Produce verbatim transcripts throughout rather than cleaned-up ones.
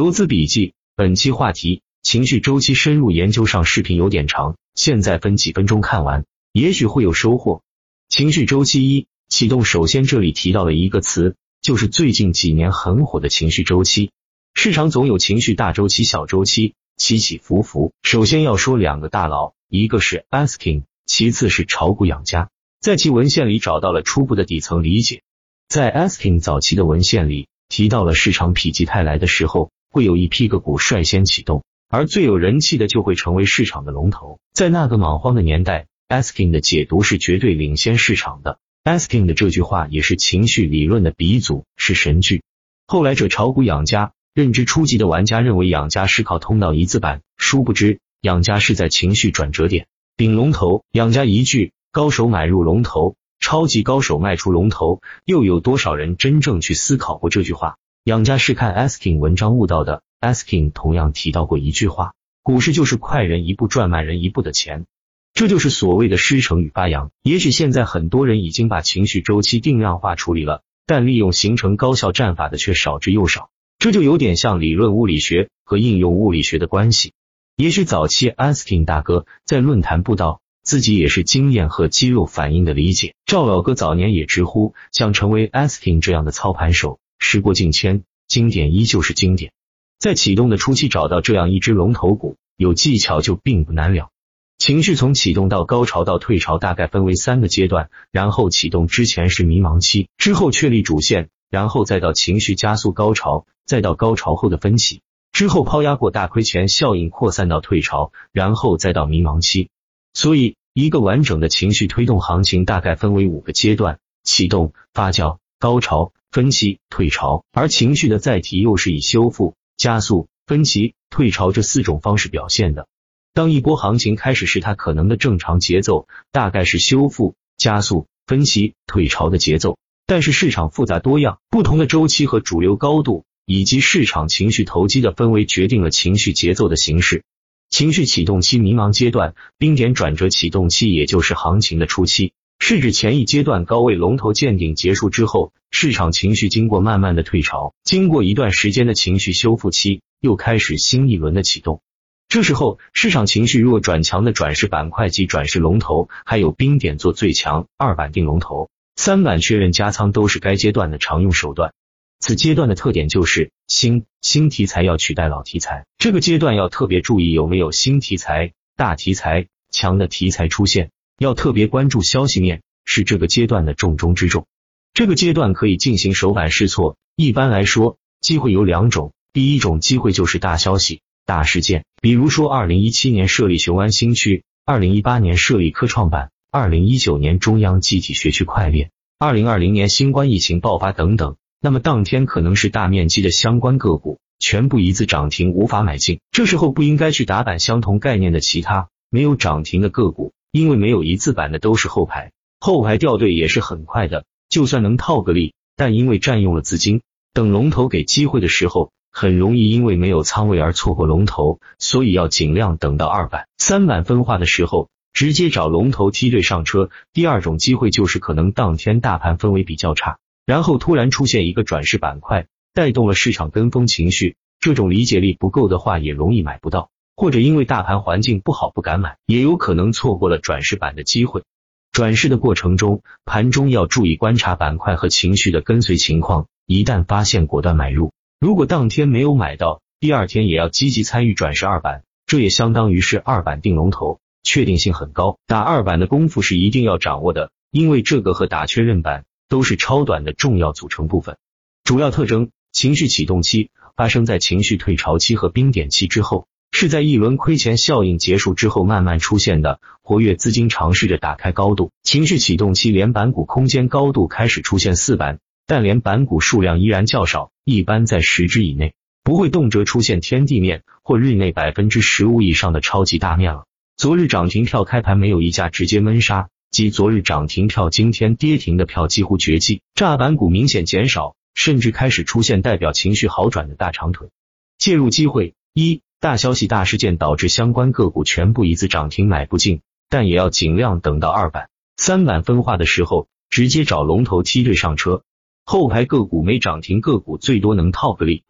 投资笔记，本期话题：情绪周期深入研究。上视频有点长，现在分几分钟看完，也许会有收获。情绪周期一，启动。首先这里提到了一个词，就是最近几年很火的情绪周期。市场总有情绪大周期、小周期，起起伏伏。首先要说两个大佬，一个是 Asking， 其次是炒股养家。在其文献里找到了初步的底层理解。在 Asking 早期的文献里提到了市场否极泰来的时候，会有一批个股率先启动，而最有人气的就会成为市场的龙头。在那个莽荒的年代， Asking 的解读是绝对领先市场的。 Asking 的这句话也是情绪理论的鼻祖，是神句。后来者炒股养家，认知初级的玩家认为养家是靠通道一字板，殊不知养家是在情绪转折点顶龙头。养家一句，高手买入龙头，超级高手卖出龙头，又有多少人真正去思考过这句话？养家是看 Asking 文章悟到的。 Asking 同样提到过一句话，股市就是快人一步赚慢人一步的钱，这就是所谓的师承与发扬。也许现在很多人已经把情绪周期定量化处理了，但利用形成高效战法的却少之又少，这就有点像理论物理学和应用物理学的关系。也许早期 Asking 大哥在论坛布道，自己也是经验和肌肉反应的理解。赵老哥早年也直呼想成为 Asking 这样的操盘手，时过境迁，经典依旧是经典。在启动的初期找到这样一只龙头股，有技巧就并不难了。情绪从启动到高潮到退潮大概分为三个阶段，然后启动之前是迷茫期，之后确立主线，然后再到情绪加速高潮，再到高潮后的分歧，之后抛压过大亏钱效应扩散到退潮，然后再到迷茫期。所以一个完整的情绪推动行情大概分为五个阶段：启动、发酵、高潮、分歧、退潮。而情绪的载体又是以修复、加速、分歧、退潮这四种方式表现的。当一波行情开始时，它可能的正常节奏大概是修复、加速、分歧、退潮的节奏，但是市场复杂多样，不同的周期和主流高度以及市场情绪投机的氛围决定了情绪节奏的形式。情绪启动期、迷茫阶段、冰点转折启动期，也就是行情的初期，是指前一阶段高位龙头见顶结束之后，市场情绪经过慢慢的退潮，经过一段时间的情绪修复期，又开始新一轮的启动。这时候市场情绪若转强的转势板块及转势龙头，还有冰点做最强、二板定龙头、三板确认加仓都是该阶段的常用手段。此阶段的特点就是新新题材要取代老题材，这个阶段要特别注意有没有新题材、大题材、强的题材出现，要特别关注消息面，是这个阶段的重中之重。这个阶段可以进行手板试错，一般来说机会有两种，第一种机会就是大消息、大事件，比如说二零一七年设立雄安新区，二零一八年设立科创板，二零一九年中央集体学区块链，二零二零年新冠疫情爆发等等。那么当天可能是大面积的相关个股全部一字涨停，无法买进，这时候不应该去打板相同概念的其他没有涨停的个股，因为没有一字板的都是后排，后排掉队也是很快的，就算能套个利，但因为占用了资金，等龙头给机会的时候，很容易因为没有仓位而错过龙头，所以要尽量等到二板、三板分化的时候，直接找龙头梯队上车。第二种机会就是可能当天大盘氛围比较差，然后突然出现一个转势板块，带动了市场跟风情绪，这种理解力不够的话也容易买不到，或者因为大盘环境不好不敢买，也有可能错过了转势板的机会。转势的过程中，盘中要注意观察板块和情绪的跟随情况，一旦发现果断买入，如果当天没有买到，第二天也要积极参与转势二板，这也相当于是二板定龙头，确定性很高。打二板的功夫是一定要掌握的，因为这个和打确认板都是超短的重要组成部分。主要特征：情绪启动期发生在情绪退潮期和冰点期之后，是在一轮亏钱效应结束之后慢慢出现的，活跃资金尝试着打开高度。情绪启动期连板股空间高度开始出现四板，但连板股数量依然较少，一般在十只以内，不会动辄出现天地面或日内 百分之十五 以上的超级大面了。昨日涨停票开盘没有一家直接闷杀，即昨日涨停票今天跌停的票几乎绝迹，炸板股明显减少，甚至开始出现代表情绪好转的大长腿。介入机会：一、大消息大事件导致相关个股全部一字涨停买不进，但也要尽量等到二板、三板分化的时候，直接找龙头梯队上车。后排个股没涨停个股最多能套个利。二、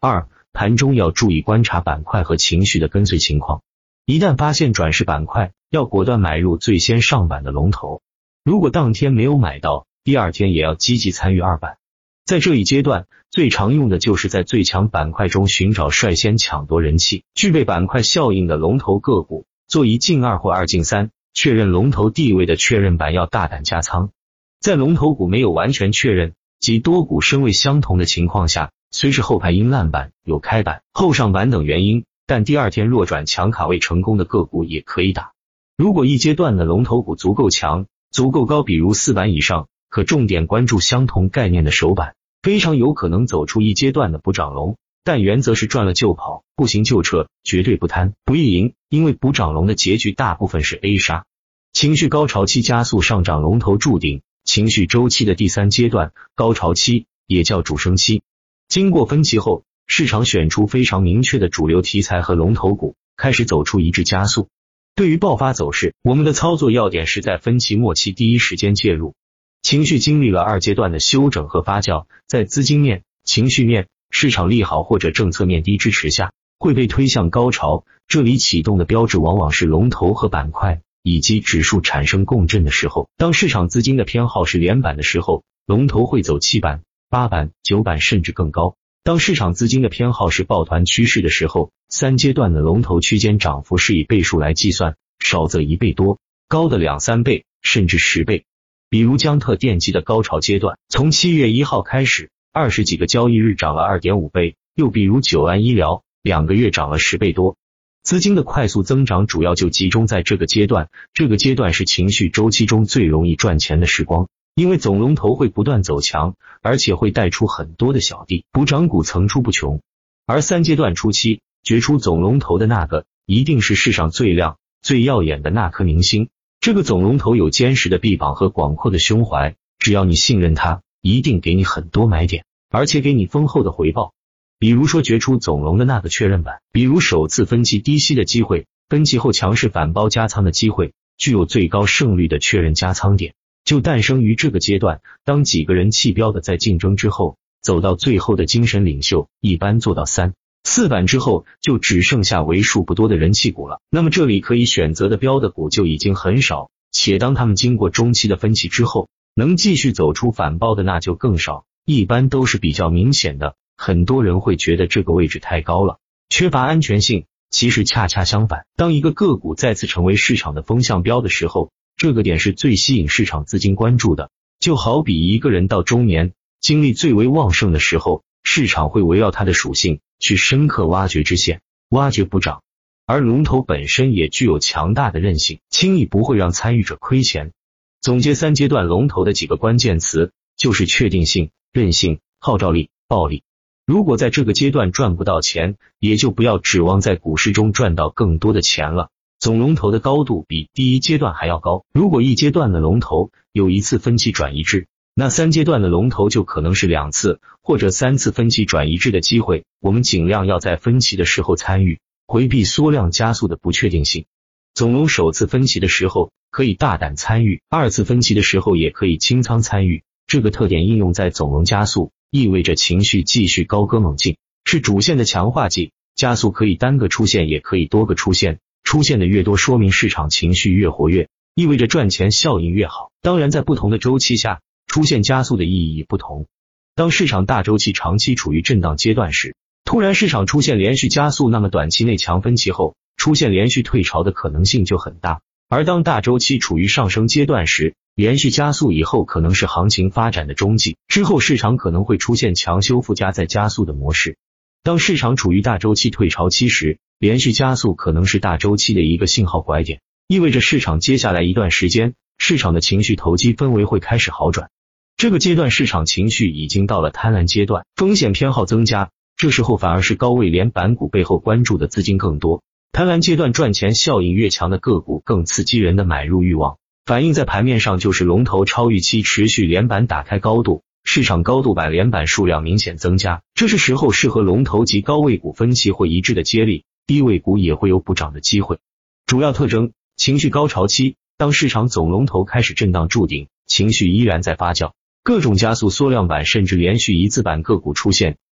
盘中要注意观察板块和情绪的跟随情况。一旦发现转势板块，要果断买入最先上板的龙头。如果当天没有买到，第二天也要积极参与二板。在这一阶段，最常用的就是在最强板块中寻找率先抢夺人气、具备板块效应的龙头个股，做一进二或二进三，确认龙头地位的确认板要大胆加仓。在龙头股没有完全确认及多股身位相同的情况下，虽是后排因烂板、有开板、后上板等原因，但第二天若转强卡位成功的个股也可以打。如果一阶段的龙头股足够强、足够高，比如四板以上，可重点关注相同概念的首板，非常有可能走出一阶段的补涨龙，但原则是赚了就跑，不行就撤，绝对不贪不易赢，因为补涨龙的结局大部分是 A 杀。情绪高潮期加速上涨，龙头筑顶，情绪周期的第三阶段，高潮期也叫主升期。经过分歧后，市场选出非常明确的主流题材和龙头股，开始走出一致加速。对于爆发走势，我们的操作要点是在分歧末期第一时间介入。情绪经历了二阶段的修整和发酵，在资金面、情绪面、市场利好或者政策面低支持下，会被推向高潮。这里启动的标志往往是龙头和板块以及指数产生共振的时候。当市场资金的偏好是连板的时候，龙头会走七板、八板、九板甚至更高。当市场资金的偏好是抱团趋势的时候，三阶段的龙头区间涨幅是以倍数来计算，少则一倍多，高的两三倍甚至十倍。比如江特电机的高潮阶段，从七月一号开始，二十几个交易日涨了 二点五倍，又比如久安医疗，两个月涨了十倍多。资金的快速增长主要就集中在这个阶段，这个阶段是情绪周期中最容易赚钱的时光，因为总龙头会不断走强，而且会带出很多的小弟，补涨股层出不穷。而三阶段初期，决出总龙头的那个，一定是市场最亮、最耀眼的那颗明星。这个总龙头有坚实的臂膀和广阔的胸怀，只要你信任它，一定给你很多买点，而且给你丰厚的回报。比如说决出总龙的那个确认板，比如首次分歧低吸的机会，分歧后强势反包加仓的机会，具有最高胜率的确认加仓点，就诞生于这个阶段。当几个人气标的在竞争之后，走到最后的精神领袖，一般做到三四板之后，就只剩下为数不多的人气股了。那么这里可以选择的标的股就已经很少，且当他们经过中期的分歧之后，能继续走出反包的那就更少，一般都是比较明显的。很多人会觉得这个位置太高了，缺乏安全性，其实恰恰相反，当一个个股再次成为市场的风向标的时候，这个点是最吸引市场资金关注的。就好比一个人到中年，精力最为旺盛的时候，市场会围绕它的属性去深刻挖掘支线，挖掘补涨。而龙头本身也具有强大的韧性，轻易不会让参与者亏钱。总结三阶段龙头的几个关键词，就是确定性、韧性、号召力、暴力。如果在这个阶段赚不到钱，也就不要指望在股市中赚到更多的钱了。总龙头的高度比第一阶段还要高，如果一阶段的龙头有一次分歧转移制，那三阶段的龙头就可能是两次或者三次分歧转移制的机会。我们尽量要在分歧的时候参与，回避缩量加速的不确定性。总龙首次分歧的时候可以大胆参与，二次分歧的时候也可以清仓参与。这个特点应用在总龙加速，意味着情绪继续高歌猛进，是主线的强化剂。加速可以单个出现，也可以多个出现，出现的越多，说明市场情绪越活跃，意味着赚钱效应越好。当然，在不同的周期下，出现加速的意义不同。当市场大周期长期处于震荡阶段时，突然市场出现连续加速，那么短期内强分歧后出现连续退潮的可能性就很大。而当大周期处于上升阶段时，连续加速以后可能是行情发展的中继，之后市场可能会出现强修复加再加速的模式。当市场处于大周期退潮期时，连续加速可能是大周期的一个信号拐点，意味着市场接下来一段时间，市场的情绪投机氛围会开始好转。这个阶段市场情绪已经到了贪婪阶段，风险偏好增加，这时候反而是高位连板股背后关注的资金更多。贪婪阶段赚钱效应越强的个股更刺激人的买入欲望，反映在盘面上就是龙头超预期持续连板打开高度，市场高度板连板数量明显增加，这是时候适合龙头及高位股分歧会一致的接力，低位股也会有补涨的机会。主要特征：情绪高潮期，当市场总龙头开始震荡筑顶，情绪依然在发酵，各种加速缩量板甚至连续一字板个股出现，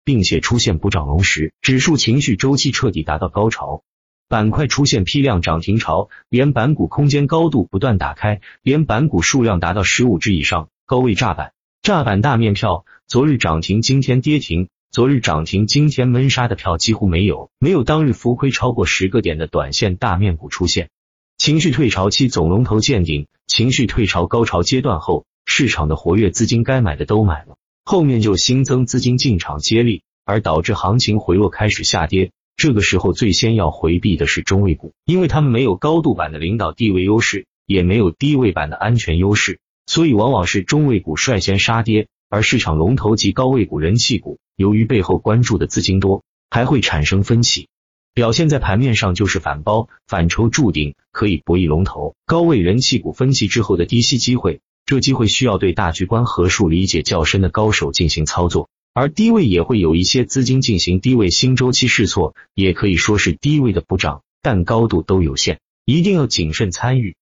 并且出现补涨龙时，指数情绪周期彻底达到高潮，板块出现批量涨停潮，连板股空间高度不断打开，连板股数量达到十五只以上，高位炸板，炸板大面票，昨日涨停今天跌停，昨日涨停今天闷杀的票几乎没有，没有当日浮亏超过十个点的短线大面股出现。情绪退潮期总龙头见顶，情绪退潮高潮阶段后，市场的活跃资金该买的都买了，后面就新增资金进场接力，而导致行情回落开始下跌。这个时候最先要回避的是中位股，因为他们没有高度板的领导地位优势，也没有低位板的安全优势，所以往往是中位股率先杀跌，而市场龙头及高位股人气股，由于背后关注的资金多，还会产生分歧。表现在盘面上就是反包、反抽筑顶，可以博弈龙头、高位人气股分歧之后的低吸机会，这机会需要对大局观合数理解较深的高手进行操作。而低位也会有一些资金进行低位新周期试错，也可以说是低位的补涨，但高度都有限，一定要谨慎参与。